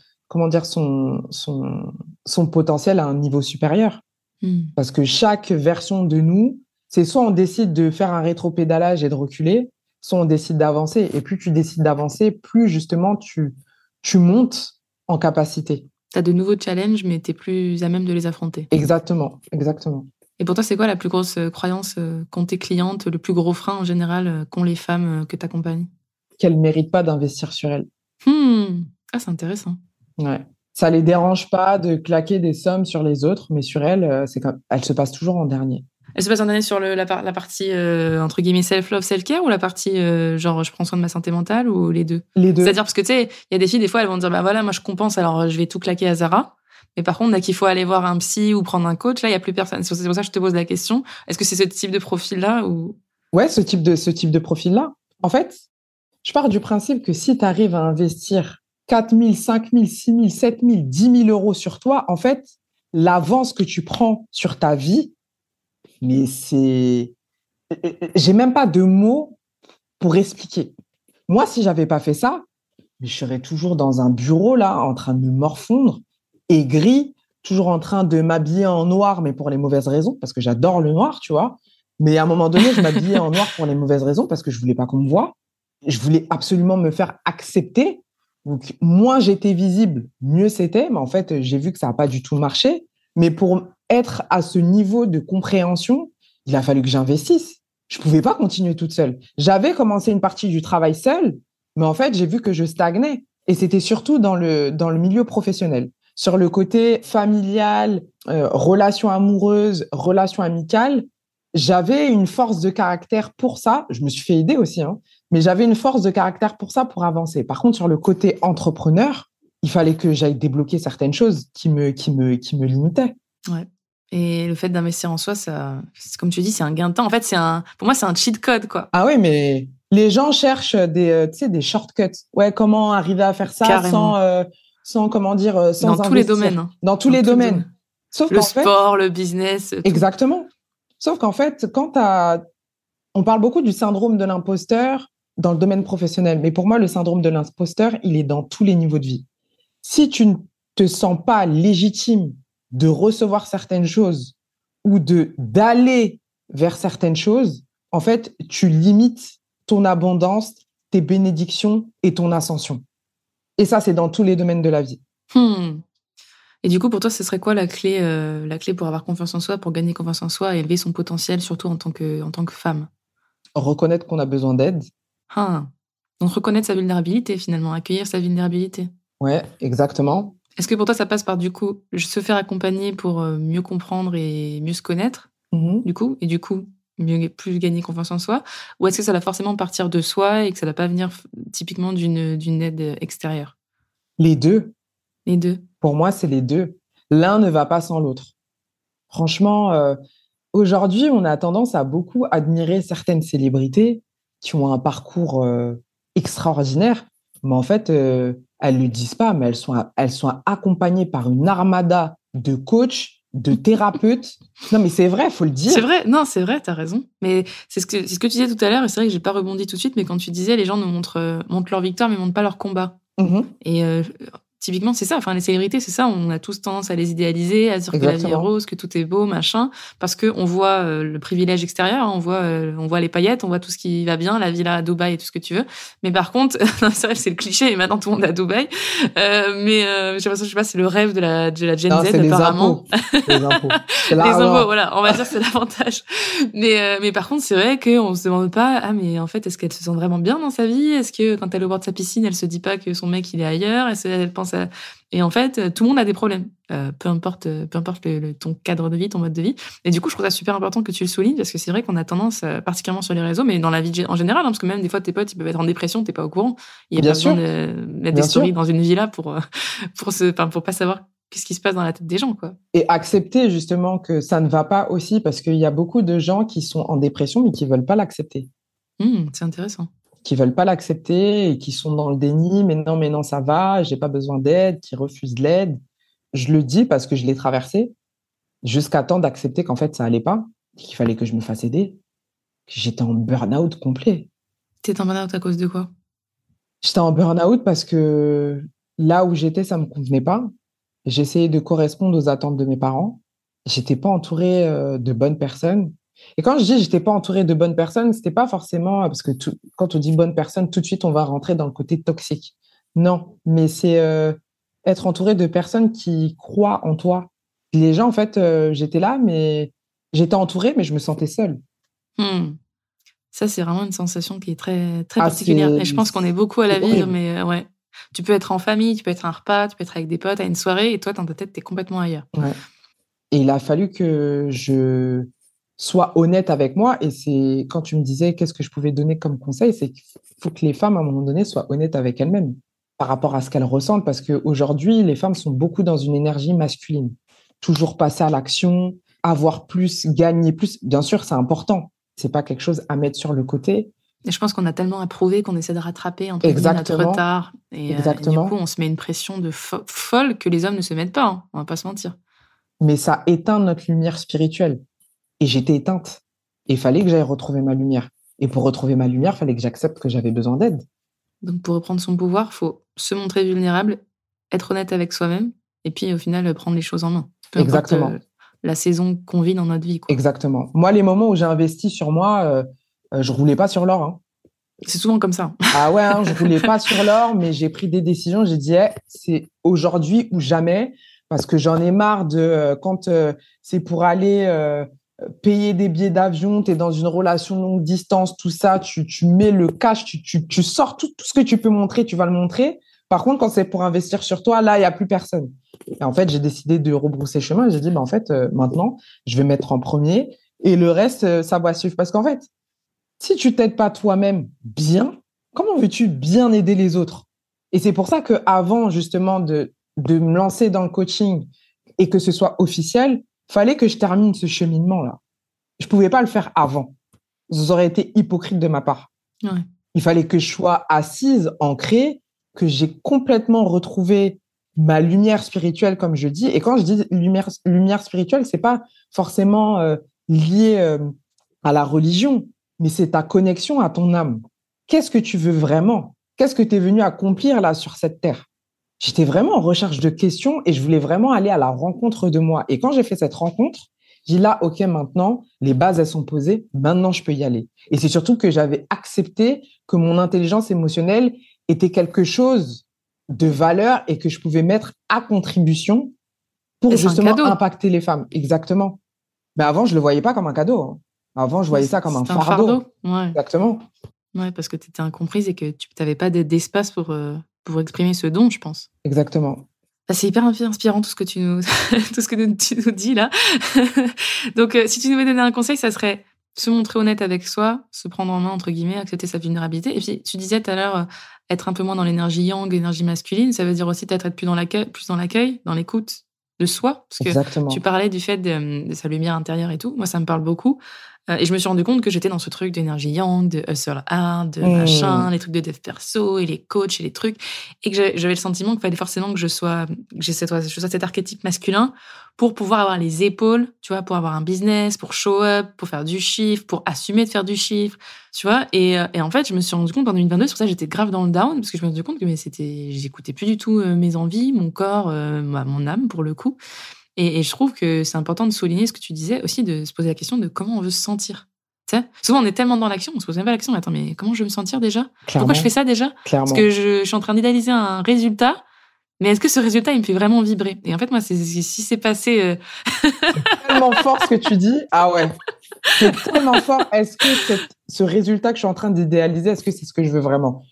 potentiel à un niveau supérieur. Parce que chaque version de nous, c'est soit on décide de faire un rétropédalage et de reculer, soit on décide d'avancer. Et plus tu décides d'avancer, plus justement tu montes en capacité. Tu as de nouveaux challenges, mais tu es plus à même de les affronter. Exactement, exactement. Et pour toi, c'est quoi la plus grosse croyance qu'ont tes clientes, le plus gros frein en général qu'ont les femmes que tu accompagnes? Qu'elles ne méritent pas d'investir sur elles. Ah, c'est intéressant. Ouais. Ça les dérange pas de claquer des sommes sur les autres, mais sur elles, elles se passent toujours en dernier. Elle se passe en dernier sur la partie, entre guillemets, self-love, self-care, ou la partie, genre, je prends soin de ma santé mentale, ou les deux? Les deux. C'est-à-dire, parce que tu sais, il y a des filles, des fois, elles vont dire, bah voilà, moi, je compense, alors je vais tout claquer à Zara. Mais par contre, là, qu'il faut aller voir un psy ou prendre un coach, là, il n'y a plus personne. C'est pour ça que je te pose la question. Est-ce que c'est ce type de profil-là ou... Ouais, ce type de profil-là. En fait, je pars du principe que si tu arrives à investir 4 000, 5 000, 6 000, 7 000, 10 000 euros sur toi, en fait, l'avance que tu prends sur ta vie, mais c'est... J'ai même pas de mots pour expliquer. Moi, si j'avais pas fait ça, je serais toujours dans un bureau, là, en train de me morfondre, aigri, toujours en train de m'habiller en noir, mais pour les mauvaises raisons, parce que j'adore le noir, tu vois. Mais à un moment donné, je m'habillais en noir pour les mauvaises raisons, parce que je voulais pas qu'on me voie. Je voulais absolument me faire accepter. Donc, moins j'étais visible, mieux c'était. Mais en fait, j'ai vu que ça n'a pas du tout marché. Mais pour être à ce niveau de compréhension, il a fallu que j'investisse. Je ne pouvais pas continuer toute seule. J'avais commencé une partie du travail seule, mais en fait, j'ai vu que je stagnais. Et c'était surtout dans le milieu professionnel. Sur le côté familial, relations amoureuses, relations amicales, j'avais une force de caractère pour ça. Je me suis fait aider aussi, hein, mais j'avais une force de caractère pour ça, pour avancer. Par contre, sur le côté entrepreneur, il fallait que j'aille débloquer certaines choses qui me limitaient. Ouais. Et le fait d'investir en soi, ça, comme tu dis, c'est un gain de temps. En fait, pour moi, c'est un cheat code, quoi. Ah oui, mais les gens cherchent des shortcuts. Ouais, comment arriver à faire ça sans comment dire, sans dans tous les domaines. Hein. Dans tous les domaines. Sauf le sport, le business. Tout. Exactement. Sauf qu'en fait, on parle beaucoup du syndrome de l'imposteur dans le domaine professionnel. Mais pour moi, le syndrome de l'imposteur, il est dans tous les niveaux de vie. Si tu ne te sens pas légitime de recevoir certaines choses ou d'aller vers certaines choses, en fait, tu limites ton abondance, tes bénédictions et ton ascension. Et ça, c'est dans tous les domaines de la vie. Et du coup, pour toi, ce serait quoi la clé pour avoir confiance en soi, pour gagner confiance en soi et élever son potentiel, surtout en tant que femme? Reconnaître qu'on a besoin d'aide. Donc, reconnaître sa vulnérabilité, finalement, accueillir sa vulnérabilité. Ouais, exactement. Est-ce que pour toi, ça passe par, du coup, se faire accompagner pour mieux comprendre et mieux se connaître, du coup, et du coup, plus gagner confiance en soi? Ou est-ce que ça va forcément partir de soi et que ça ne va pas venir typiquement d'une aide extérieure? Les deux. Les deux. Pour moi, c'est les deux. L'un ne va pas sans l'autre. Franchement, aujourd'hui, on a tendance à beaucoup admirer certaines célébrités qui ont un parcours extraordinaire, mais en fait, elles ne le disent pas, mais elles sont accompagnées par une armada de coachs, de thérapeutes. Non, mais c'est vrai, il faut le dire. C'est vrai, non, c'est vrai, tu as raison. Mais c'est ce que tu disais tout à l'heure, et c'est vrai que je n'ai pas rebondi tout de suite, mais quand tu disais les gens nous montrent leur victoire, mais ne montrent pas leur combat. Et typiquement, c'est ça. Enfin, les célébrités, c'est ça. On a tous tendance à les idéaliser, à dire que la vie est rose, que tout est beau, machin, parce que on voit le privilège extérieur, on voit les paillettes, on voit tout ce qui va bien, la villa à Dubaï et tout ce que tu veux. Mais par contre, c'est vrai, c'est le cliché. Et maintenant, tout le monde est à Dubaï. Je sais pas, c'est le rêve de la Gen Z apparemment. Les impôts. Les impôts, voilà. On va dire que c'est l'avantage. Mais par contre, c'est vrai qu'on se demande pas, mais en fait, est-ce qu'elle se sent vraiment bien dans sa vie? Est-ce que quand elle est au bord de sa piscine, elle se dit pas que son mec il est ailleurs? Est-ce qu'elle pense à... Et en fait, tout le monde a des problèmes, peu importe ton cadre de vie, ton mode de vie. Et du coup, je trouve ça super important que tu le soulignes parce que c'est vrai qu'on a tendance, particulièrement sur les réseaux, mais dans la vie en général, parce que même des fois tes potes ils peuvent être en dépression, t'es pas au courant. Il y a pas besoin de mettre des stories dans une villa pour pas savoir qu'est-ce qui se passe dans la tête des gens, quoi. Et accepter justement que ça ne va pas aussi, parce qu'il y a beaucoup de gens qui sont en dépression mais qui veulent pas l'accepter. C'est intéressant. Qui veulent pas l'accepter et qui sont dans le déni, mais non, ça va, j'ai pas besoin d'aide, qui refusent l'aide. Je le dis parce que je l'ai traversé jusqu'à temps d'accepter qu'en fait ça allait pas, qu'il fallait que je me fasse aider. J'étais en burn-out complet. T'étais en burn-out à cause de quoi? J'étais en burn-out parce que là où j'étais, ça me convenait pas. J'essayais de correspondre aux attentes de mes parents. J'étais pas entourée de bonnes personnes. Et quand je dis j'étais pas entourée de bonnes personnes, c'était pas forcément parce que quand on dit bonne personne, tout de suite on va rentrer dans le côté toxique. Non, mais c'est être entouré de personnes qui croient en toi. Les gens, en fait, j'étais là, mais j'étais entourée, mais je me sentais seule. Ça, c'est vraiment une sensation qui est très, très particulière. Et je pense qu'on est beaucoup à la vivre, mais ouais. Tu peux être en famille, tu peux être à un repas, tu peux être avec des potes à une soirée, et toi, dans ta tête, t'es complètement ailleurs. Ouais. Et il a fallu que je sois honnête avec moi. Et c'est quand tu me disais qu'est-ce que je pouvais donner comme conseil, c'est qu'il faut que les femmes, à un moment donné, soient honnêtes avec elles-mêmes par rapport à ce qu'elles ressentent. Parce qu'aujourd'hui, les femmes sont beaucoup dans une énergie masculine. Toujours passer à l'action, avoir plus, gagner plus. Bien sûr, c'est important. C'est pas quelque chose à mettre sur le côté. Et je pense qu'on a tellement à prouver qu'on essaie de rattraper entre guillemets notre retard. Et du coup, on se met une pression de folle que les hommes ne se mettent pas. Hein. On va pas se mentir. Mais ça éteint notre lumière spirituelle. Et j'étais éteinte. Et il fallait que j'aille retrouver ma lumière. Et pour retrouver ma lumière, il fallait que j'accepte que j'avais besoin d'aide. Donc, pour reprendre son pouvoir, il faut se montrer vulnérable, être honnête avec soi-même, et puis au final, prendre les choses en main. Peu Exactement. importe, la saison qu'on vit dans notre vie, quoi. Exactement. Moi, les moments où j'ai investi sur moi, je roulais pas sur l'or. Hein. C'est souvent comme ça. Ah ouais, je roulais pas sur l'or, mais j'ai pris des décisions. J'ai dit, c'est aujourd'hui ou jamais, parce que j'en ai marre de quand c'est pour aller payer des billets d'avion, tu es dans une relation longue distance, tout ça, tu mets le cash, tu sors tout ce que tu peux montrer, tu vas le montrer. Par contre, quand c'est pour investir sur toi, là, il n'y a plus personne. Et en fait, j'ai décidé de rebrousser chemin. J'ai dit, en fait, maintenant, je vais mettre en premier Et le reste, ça va suivre. Parce qu'en fait, si tu t'aides pas toi-même bien, comment veux-tu bien aider les autres? Et c'est pour ça qu'avant, justement, de me lancer dans le coaching et que ce soit officiel, fallait que je termine ce cheminement-là. Je pouvais pas le faire avant. Ça aurait été hypocrite de ma part. Ouais. Il fallait que je sois assise, ancrée, que j'ai complètement retrouvé ma lumière spirituelle, comme je dis. Et quand je dis lumière spirituelle, c'est pas forcément lié à la religion, mais c'est ta connexion à ton âme. Qu'est-ce que tu veux vraiment? Qu'est-ce que tu es venu accomplir là sur cette terre? J'étais vraiment en recherche de questions et je voulais vraiment aller à la rencontre de moi. Et quand j'ai fait cette rencontre, j'ai dit là, OK, maintenant, les bases, elles sont posées. Maintenant, je peux y aller. Et c'est surtout que j'avais accepté que mon intelligence émotionnelle était quelque chose de valeur et que je pouvais mettre à contribution pour justement impacter les femmes. Exactement. Mais avant, je le voyais pas comme un cadeau. Hein. Avant, je voyais ça comme un fardeau. Ouais. Exactement. Ouais, parce que tu étais incomprise et que tu n'avais pas d'espace pour exprimer ce don, je pense. Exactement. C'est hyper inspirant tout ce que tu nous dis là. Donc, si tu devais donner un conseil, ça serait se montrer honnête avec soi, se prendre en main, entre guillemets, accepter sa vulnérabilité. Et puis, tu disais tout à l'heure, être un peu moins dans l'énergie yang, l'énergie masculine, ça veut dire aussi peut-être être plus dans l'accueil, dans l'écoute de soi. Parce que Exactement. tu parlais du fait de sa lumière intérieure et tout. Moi, ça me parle beaucoup. Et je me suis rendu compte que j'étais dans ce truc d'énergie yang, de hustle hard, de machin, les trucs de dev perso et les coachs et les trucs. Et que j'avais le sentiment qu'il fallait forcément que je sois cet archétype masculin pour pouvoir avoir les épaules, tu vois, pour avoir un business, pour show up, pour faire du chiffre, pour assumer de faire du chiffre, tu vois. Et en fait, je me suis rendu compte en 2022, c'est pour ça que j'étais grave dans le down, parce que je me suis rendu compte que j'écoutais plus du tout mes envies, mon corps, mon âme pour le coup. Et je trouve que c'est important de souligner ce que tu disais aussi, de se poser la question de comment on veut se sentir. Tu sais, souvent on est tellement dans l'action, on se pose même pas la question, mais attends, mais comment je veux me sentir déjà? Clairement. Pourquoi je fais ça déjà? Clairement. Parce que je suis en train d'idéaliser un résultat, mais est-ce que ce résultat, il me fait vraiment vibrer? Et en fait, moi, si c'est passé... C'est tellement fort ce que tu dis. Ah ouais. C'est tellement fort. Est-ce que ce résultat que je suis en train d'idéaliser, est-ce que c'est ce que je veux vraiment?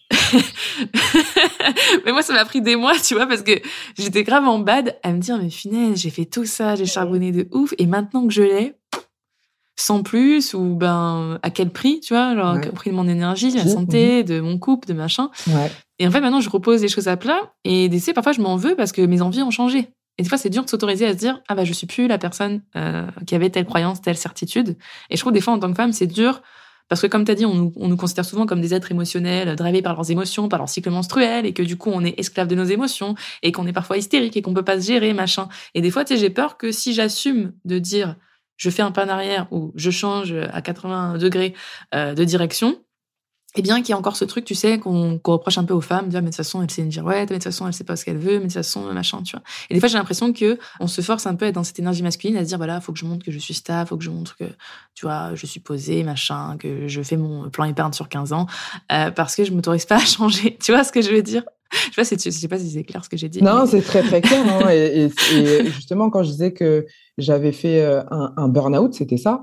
Mais moi, ça m'a pris des mois, tu vois, parce que j'étais grave en bad à me dire, mais finesse, j'ai fait tout ça, j'ai charbonné de ouf, et maintenant que je l'ai, sans plus, ou à quel prix, tu vois, genre, au prix de mon énergie, de la santé, de mon couple, de machin. Ouais. Et en fait, maintenant, je repose les choses à plat, et tu sais, parfois, je m'en veux parce que mes envies ont changé. Et des fois, c'est dur de s'autoriser à se dire, ah bah, je suis plus la personne qui avait telle croyance, telle certitude. Et je trouve, des fois, en tant que femme, c'est dur. Parce que comme tu as dit, on nous considère souvent comme des êtres émotionnels, drivés par leurs émotions, par leur cycle menstruel, et que du coup, on est esclave de nos émotions, et qu'on est parfois hystérique, et qu'on peut pas se gérer, machin. Et des fois, tu sais, j'ai peur que si j'assume de dire, je fais un pas en arrière, ou je change à 80 degrés de direction, eh bien, qu'il y a encore ce truc, tu sais, qu'on reproche un peu aux femmes, de dire, mais de toute façon, elle sait une girouette, mais de toute façon, elle sait pas ce qu'elle veut, mais de toute façon, machin, tu vois. Et des fois, j'ai l'impression que on se force un peu à être dans cette énergie masculine, à se dire, voilà, faut que je montre que je suis stable, faut que je montre que, tu vois, je suis posée, machin, que je fais mon plan épargne sur 15 ans, parce que je m'autorise pas à changer. Tu vois ce que je veux dire? Je sais pas si c'est clair ce que j'ai dit. Non, c'est très, très clair. Non et justement, quand je disais que j'avais fait un burn-out, c'était ça.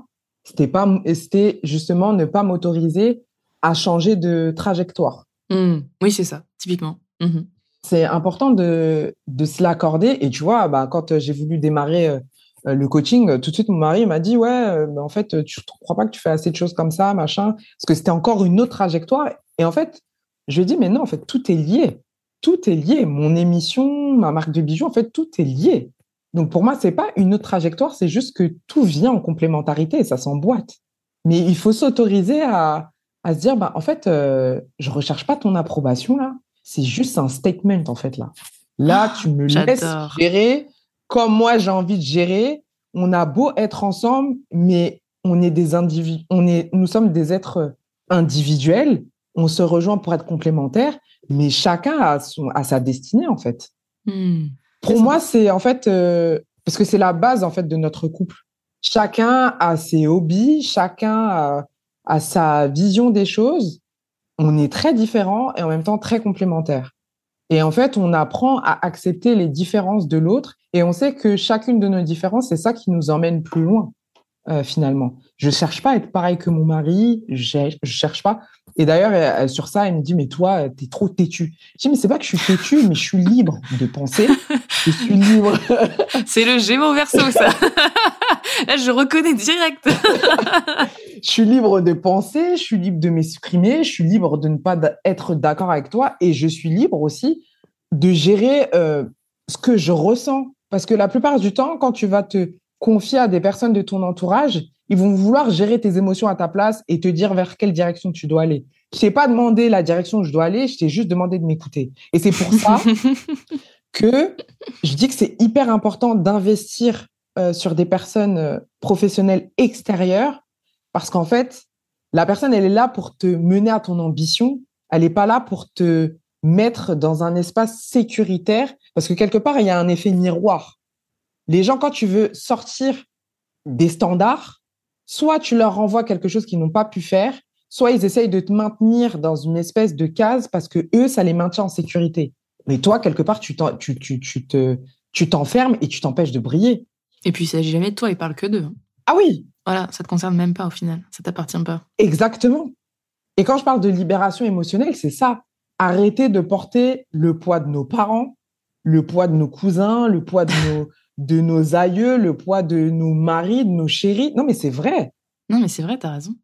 C'était justement ne pas m'autoriser à changer de trajectoire. Oui, c'est ça, typiquement. C'est important de se l'accorder. Et tu vois, quand j'ai voulu démarrer le coaching, tout de suite, mon mari m'a dit, ouais, en fait, tu ne crois pas que tu fais assez de choses comme ça, machin, parce que c'était encore une autre trajectoire. Et en fait, je lui ai dit, mais non, en fait, tout est lié. Tout est lié. Mon émission, ma marque de bijoux, en fait, tout est lié. Donc, pour moi, c'est pas une autre trajectoire, c'est juste que tout vient en complémentarité et ça s'emboîte. Mais il faut s'autoriser à se dire, en fait, je recherche pas ton approbation, là. C'est juste un statement, en fait, là. Là, tu me laisses gérer comme moi, j'ai envie de gérer. On a beau être ensemble, mais on est des individus, nous sommes des êtres individuels. On se rejoint pour être complémentaires, mais chacun a sa destinée, en fait. Pour moi, c'est en fait, parce que c'est la base, en fait, de notre couple. Chacun a ses hobbies, chacun a sa vision des choses. On est très différents et en même temps très complémentaires. Et en fait, on apprend à accepter les différences de l'autre et on sait que chacune de nos différences, c'est ça qui nous emmène plus loin, finalement. Je cherche pas à être pareil que mon mari, je cherche pas. Et d'ailleurs, sur ça, elle me dit, mais toi, t'es trop têtu. Je dis, mais c'est pas que je suis têtu, mais je suis libre de penser. Je suis libre. C'est le Gémeaux Verseau, ça. Là, je reconnais direct. Je suis libre de penser, je suis libre de m'exprimer, je suis libre de ne pas être d'accord avec toi et je suis libre aussi de gérer ce que je ressens. Parce que la plupart du temps, quand tu vas te confier à des personnes de ton entourage, ils vont vouloir gérer tes émotions à ta place et te dire vers quelle direction tu dois aller. Je t'ai pas demandé la direction où je dois aller, je t'ai juste demandé de m'écouter. Et c'est pour ça que je dis que c'est hyper important d'investir sur des personnes professionnelles extérieures parce qu'en fait, la personne, elle est là pour te mener à ton ambition. Elle n'est pas là pour te mettre dans un espace sécuritaire parce que quelque part, il y a un effet miroir. Les gens, quand tu veux sortir des standards, soit tu leur renvoies quelque chose qu'ils n'ont pas pu faire, soit ils essayent de te maintenir dans une espèce de case parce que eux, ça les maintient en sécurité. Mais toi, quelque part, tu t'enfermes et tu t'empêches de briller. Et puis, il ne s'agit jamais de toi, il parle que d'eux. Ah oui. Voilà, ça ne te concerne même pas au final, ça ne t'appartient pas. Exactement. Et quand je parle de libération émotionnelle, c'est ça. Arrêter de porter le poids de nos parents, le poids de nos cousins, le poids de nos aïeux, le poids de nos maris, de nos chéris. Non, mais c'est vrai. Non, mais c'est vrai, t'as raison.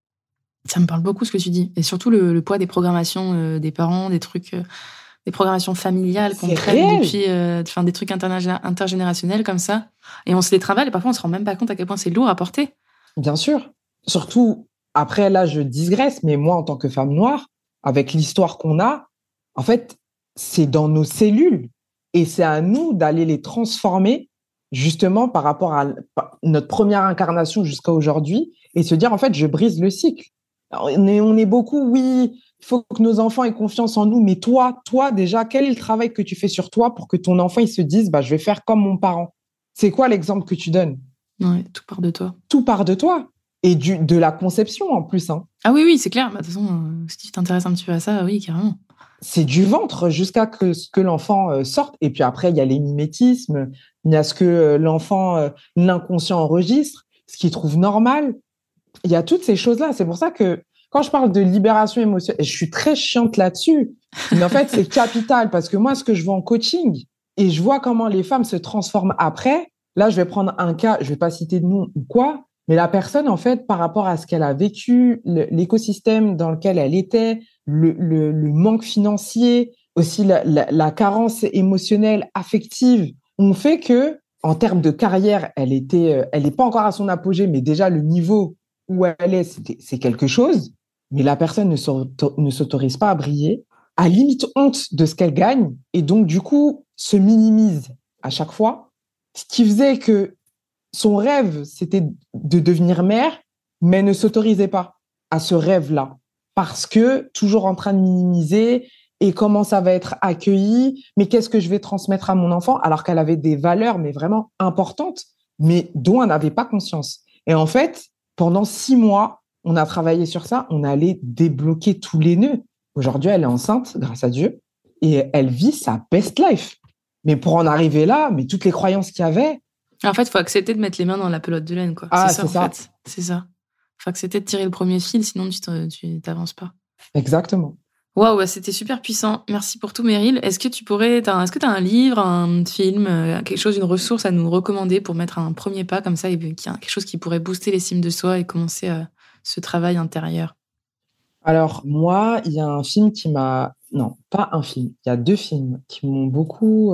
Ça me parle beaucoup ce que tu dis. Et surtout le poids des programmations des parents, des trucs, des programmations familiales qu'on traîne depuis, des trucs intergénérationnels comme ça. Et on se les trimballe et parfois on se rend même pas compte à quel point c'est lourd à porter. Bien sûr. Surtout, après, là, je digresse, mais moi, en tant que femme noire, avec l'histoire qu'on a, en fait, c'est dans nos cellules. Et c'est à nous d'aller les transformer, justement, par rapport à notre première incarnation jusqu'à aujourd'hui, et se dire, en fait, je brise le cycle. Alors, on est beaucoup, oui, il faut que nos enfants aient confiance en nous, mais toi, déjà, quel est le travail que tu fais sur toi pour que ton enfant, il se dise, je vais faire comme mon parent? C'est quoi l'exemple que tu donnes? Ouais, tout part de toi. Tout part de toi. Et de la conception, en plus. Hein. Ah oui, c'est clair. De toute façon, si tu t'intéresses un petit peu à ça, oui, carrément. C'est du ventre jusqu'à ce que l'enfant sorte. Et puis après, il y a les mimétismes, il y a ce que l'enfant, l'inconscient enregistre, ce qu'il trouve normal. Il y a toutes ces choses-là. C'est pour ça que quand je parle de libération émotionnelle, et je suis très chiante là-dessus, mais en fait, c'est capital parce que moi, ce que je vois en coaching, et je vois comment les femmes se transforment après, là, je vais prendre un cas, je vais pas citer de nom ou quoi, mais la personne, en fait, par rapport à ce qu'elle a vécu, l'écosystème dans lequel elle était, le manque financier, aussi la carence émotionnelle, affective, ont fait que, en termes de carrière, elle est pas encore à son apogée, mais déjà le niveau où elle est, c'est quelque chose. Mais la personne ne s'autorise pas à briller, a limite honte de ce qu'elle gagne, et donc du coup se minimise à chaque fois. Ce qui faisait que son rêve, c'était de devenir mère, mais ne s'autorisait pas à ce rêve-là. Parce que toujours en train de minimiser et comment ça va être accueilli, mais qu'est-ce que je vais transmettre à mon enfant, alors qu'elle avait des valeurs, mais vraiment importantes, mais dont elle n'avait pas conscience. Et en fait, pendant 6 mois, on a travaillé sur ça, on allait débloquer tous les nœuds. Aujourd'hui, elle est enceinte, grâce à Dieu, et elle vit sa best life. Mais pour en arriver là, mais toutes les croyances qu'il y avait, en fait, il faut accepter de mettre les mains dans la pelote de laine, quoi. Ah, c'est ça. C'est ça. Il faut accepter de tirer le premier fil, sinon tu t'avances pas. Exactement. Waouh, c'était super puissant. Merci pour tout, Meryl. Est-ce que tu as un livre, un film, quelque chose, une ressource à nous recommander pour mettre un premier pas comme ça, et quelque chose qui pourrait booster l'estime de soi et commencer ce travail intérieur? Alors, moi, il y a un film qui m'a... Non, pas un film. Il y a 2 films qui m'ont beaucoup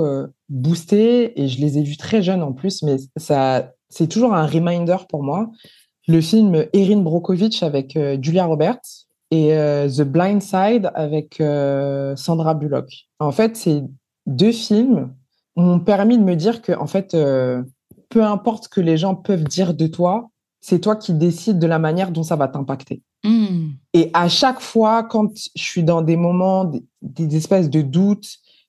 boosté et je les ai vus très jeunes en plus, mais c'est toujours un reminder pour moi. Le film Erin Brockovich avec Julia Roberts et The Blind Side avec Sandra Bullock. En fait, ces 2 films m'ont permis de me dire que, en fait, peu importe ce que les gens peuvent dire de toi, c'est toi qui décides de la manière dont ça va t'impacter. Et à chaque fois, quand je suis dans des moments, des espèces de doutes,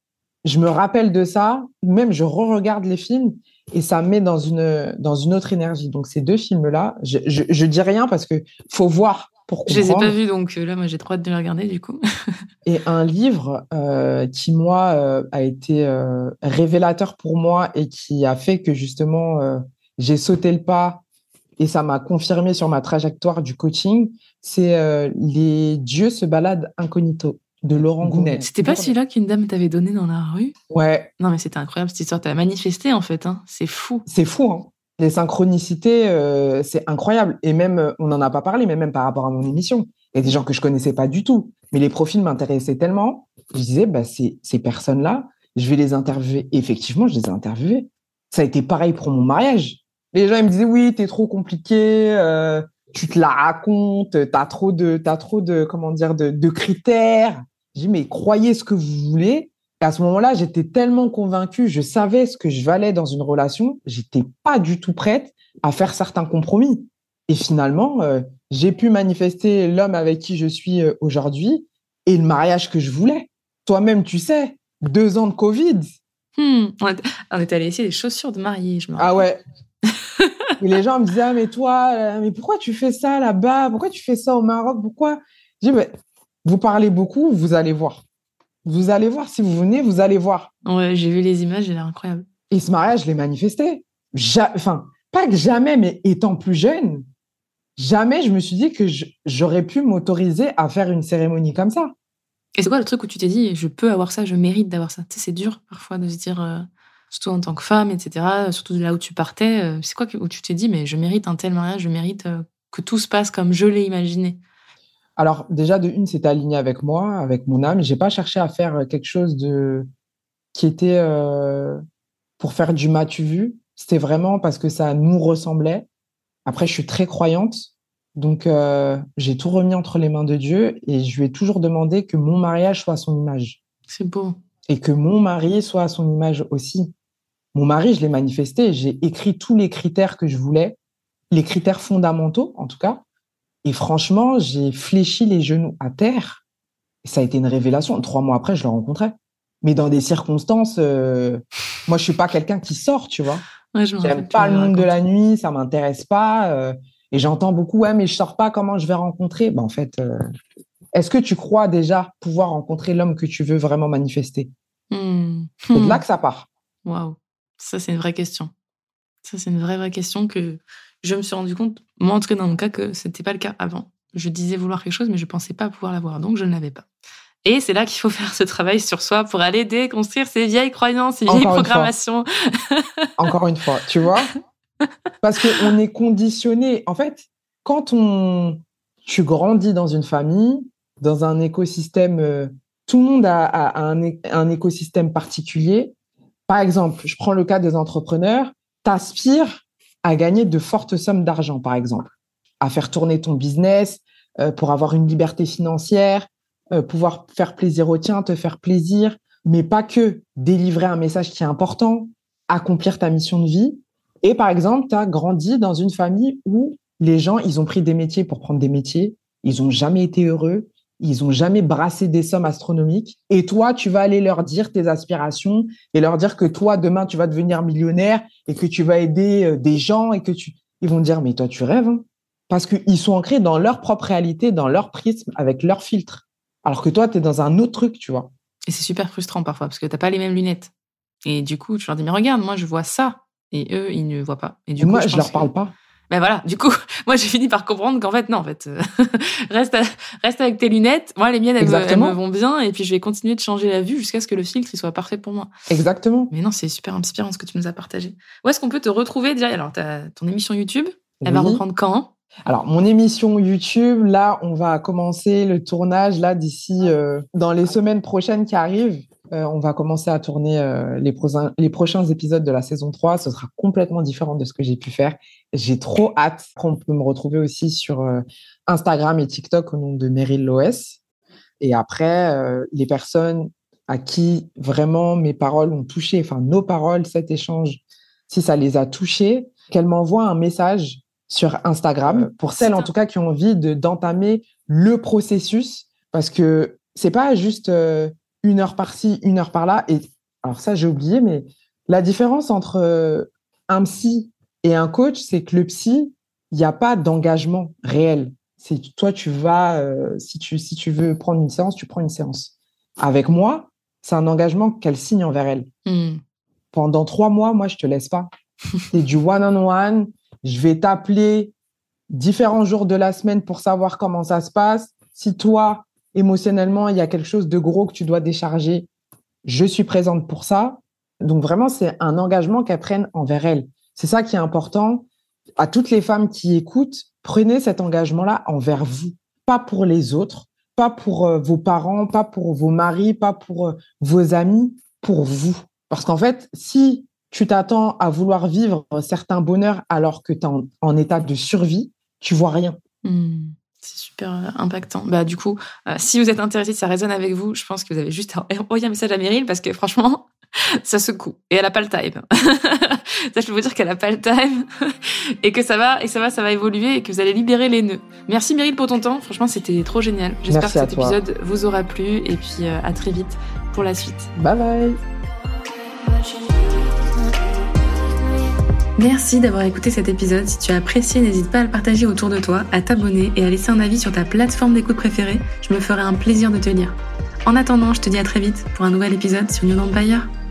je me rappelle de ça, même je re-regarde les films et ça me met dans une autre énergie. Donc, ces 2 films-là, je dis rien parce que faut voir pour comprendre. Je les ai pas vus, donc là, moi, j'ai trop hâte de les regarder, du coup. Et un livre qui, moi, a été révélateur pour moi et qui a fait que, justement, j'ai sauté le pas et ça m'a confirmé sur ma trajectoire du coaching, c'est Les dieux se baladent incognito de Laurent Gounel. C'était pas celui-là qu'une dame t'avait donné dans la rue? Ouais. Non, mais c'était incroyable cette histoire. T'as manifesté, en fait. Hein. C'est fou. C'est fou, hein. Les synchronicités, c'est incroyable. Et même, on n'en a pas parlé, mais même par rapport à mon émission, il y a des gens que je connaissais pas du tout, mais les profils m'intéressaient tellement. Je disais, bah, ces personnes-là, je vais les interviewer. Et effectivement, je les ai interviewées. Ça a été pareil pour mon mariage. Les gens, ils me disaient, oui, t'es trop compliqué, tu te la racontes, t'as trop de, comment dire, de critères. Je dis, mais croyez ce que vous voulez. Et à ce moment-là, j'étais tellement convaincue, je savais ce que je valais dans une relation, j'étais pas du tout prête à faire certains compromis. Et finalement, j'ai pu manifester l'homme avec qui je suis aujourd'hui et le mariage que je voulais. Toi-même, tu sais, 2 ans de Covid. On est allé essayer des chaussures de mariée, je me rappelle. Ah ouais. Et les gens me disaient, ah, mais toi, mais pourquoi tu fais ça là-bas? Pourquoi tu fais ça au Maroc? Pourquoi? Je dis, mais vous parlez beaucoup, vous allez voir. Vous allez voir, si vous venez, vous allez voir. Ouais, j'ai vu les images, il a l'air incroyable. Et ce mariage, je l'ai manifesté. Enfin, pas que jamais, mais étant plus jeune, jamais je me suis dit que j'aurais pu m'autoriser à faire une cérémonie comme ça. Et c'est quoi le truc où tu t'es dit, je peux avoir ça, je mérite d'avoir ça? Tu sais, c'est dur parfois de se dire, surtout en tant que femme, etc., surtout de là où tu partais, c'est quoi où tu t'es dit, mais je mérite un tel mariage, je mérite que tout se passe comme je l'ai imaginé? Alors, déjà, de une, c'était aligné avec moi, avec mon âme. J'ai pas cherché à faire quelque chose qui était pour faire du m'as-tu vu. C'était vraiment parce que ça nous ressemblait. Après, je suis très croyante. Donc, j'ai tout remis entre les mains de Dieu et je lui ai toujours demandé que mon mariage soit à son image. C'est beau. Et que mon mari soit à son image aussi. Mon mari, je l'ai manifesté. J'ai écrit tous les critères que je voulais, les critères fondamentaux, en tout cas. Et franchement, j'ai fléchi les genoux à terre. Et ça a été une révélation. 3 mois après, je le rencontrais. Mais dans des circonstances, moi, je suis pas quelqu'un qui sort, tu vois. Ouais, j'aime pas le monde de la nuit, ça m'intéresse pas. Et j'entends beaucoup, ouais, mais je sors pas, comment je vais rencontrer? Ben, en fait, est-ce que tu crois déjà pouvoir rencontrer l'homme que tu veux vraiment manifester? C'est de là que ça part. Waouh, ça, c'est une vraie question. Ça, c'est une vraie question que je me suis rendu compte, moi en tout cas dans mon cas, que c'était pas le cas avant. Je disais vouloir quelque chose, mais je pensais pas pouvoir l'avoir, donc je ne l'avais pas. Et c'est là qu'il faut faire ce travail sur soi pour aller déconstruire ces vieilles croyances, ces vieilles programmations. Encore une fois, tu vois? Parce qu'on est conditionné. En fait, quand tu grandis dans une famille, dans un écosystème, tout le monde a un écosystème particulier. Par exemple, je prends le cas des entrepreneurs, t'aspires à gagner de fortes sommes d'argent, par exemple, à faire tourner ton business, pour avoir une liberté financière, pouvoir faire plaisir aux tiens, te faire plaisir, mais pas que, délivrer un message qui est important, accomplir ta mission de vie. Et par exemple, tu as grandi dans une famille où les gens, ils ont pris des métiers pour prendre des métiers, ils n'ont jamais été heureux, ils n'ont jamais brassé des sommes astronomiques. Et toi, tu vas aller leur dire tes aspirations et leur dire que toi, demain, tu vas devenir millionnaire et que tu vas aider des gens et ils vont dire, mais toi, tu rêves, hein? Parce qu'ils sont ancrés dans leur propre réalité, dans leur prisme, avec leur filtre. Alors que toi, tu es dans un autre truc, tu vois. Et c'est super frustrant parfois parce que tu n'as pas les mêmes lunettes. Et du coup, tu leur dis, mais regarde, moi, je vois ça. Et eux, ils ne voient pas. Et du coup, moi, je leur parle pas. Ben voilà, du coup, moi, j'ai fini par comprendre qu'en fait, non, en fait, reste avec tes lunettes. Moi, les miennes, elles me vont bien. Et puis, je vais continuer de changer la vue jusqu'à ce que le filtre il soit parfait pour moi. Exactement. Mais non, c'est super inspirant ce que tu nous as partagé. Où est-ce qu'on peut te retrouver déjà? Alors, ton émission YouTube, elle va reprendre quand? Alors, mon émission YouTube, là, on va commencer le tournage, là, d'ici, dans les semaines prochaines qui arrivent. On va commencer à tourner les prochains épisodes de la saison 3. Ce sera complètement différent de ce que j'ai pu faire. J'ai trop hâte. On peut me retrouver aussi sur Instagram et TikTok au nom de Meryl Loès. Et après, les personnes à qui vraiment mes paroles ont touché, enfin nos paroles, cet échange, si ça les a touchés, qu'elles m'envoient un message sur Instagram, pour celles en tout cas qui ont envie d'entamer le processus, parce que c'est pas juste 1 heure par-ci, 1 heure par-là. Et alors ça, j'ai oublié, mais la différence entre un psy et un coach, c'est que le psy, il n'y a pas d'engagement réel. C'est toi, tu vas, si tu veux prendre une séance, tu prends une séance. Avec moi, c'est un engagement qu'elle signe envers elle. Pendant 3 mois, moi, je te laisse pas. C'est du one-on-one. Je vais t'appeler différents jours de la semaine pour savoir comment ça se passe. Si toi, émotionnellement, il y a quelque chose de gros que tu dois décharger, je suis présente pour ça. Donc vraiment, c'est un engagement qu'elles prennent envers elles. C'est ça qui est important. À toutes les femmes qui écoutent, prenez cet engagement-là envers vous, pas pour les autres, pas pour vos parents, pas pour vos maris, pas pour vos amis, pour vous. Parce qu'en fait, si tu t'attends à vouloir vivre certains bonheurs alors que tu es en état de survie, tu vois rien. C'est super impactant. Du coup, si vous êtes intéressé, si ça résonne avec vous, je pense que vous avez juste à envoyer un message à Meryl parce que franchement, ça secoue. Et elle a pas le time. Ça, je peux vous dire qu'elle a pas le time et que ça va évoluer et que vous allez libérer les nœuds. Merci Meryl pour ton temps. Franchement, c'était trop génial. J'espère que cet épisode vous aura plu et puis à très vite pour la suite. Bye bye. Merci d'avoir écouté cet épisode. Si tu as apprécié, n'hésite pas à le partager autour de toi, à t'abonner et à laisser un avis sur ta plateforme d'écoute préférée. Je me ferai un plaisir de te lire. En attendant, je te dis à très vite pour un nouvel épisode sur New Empire.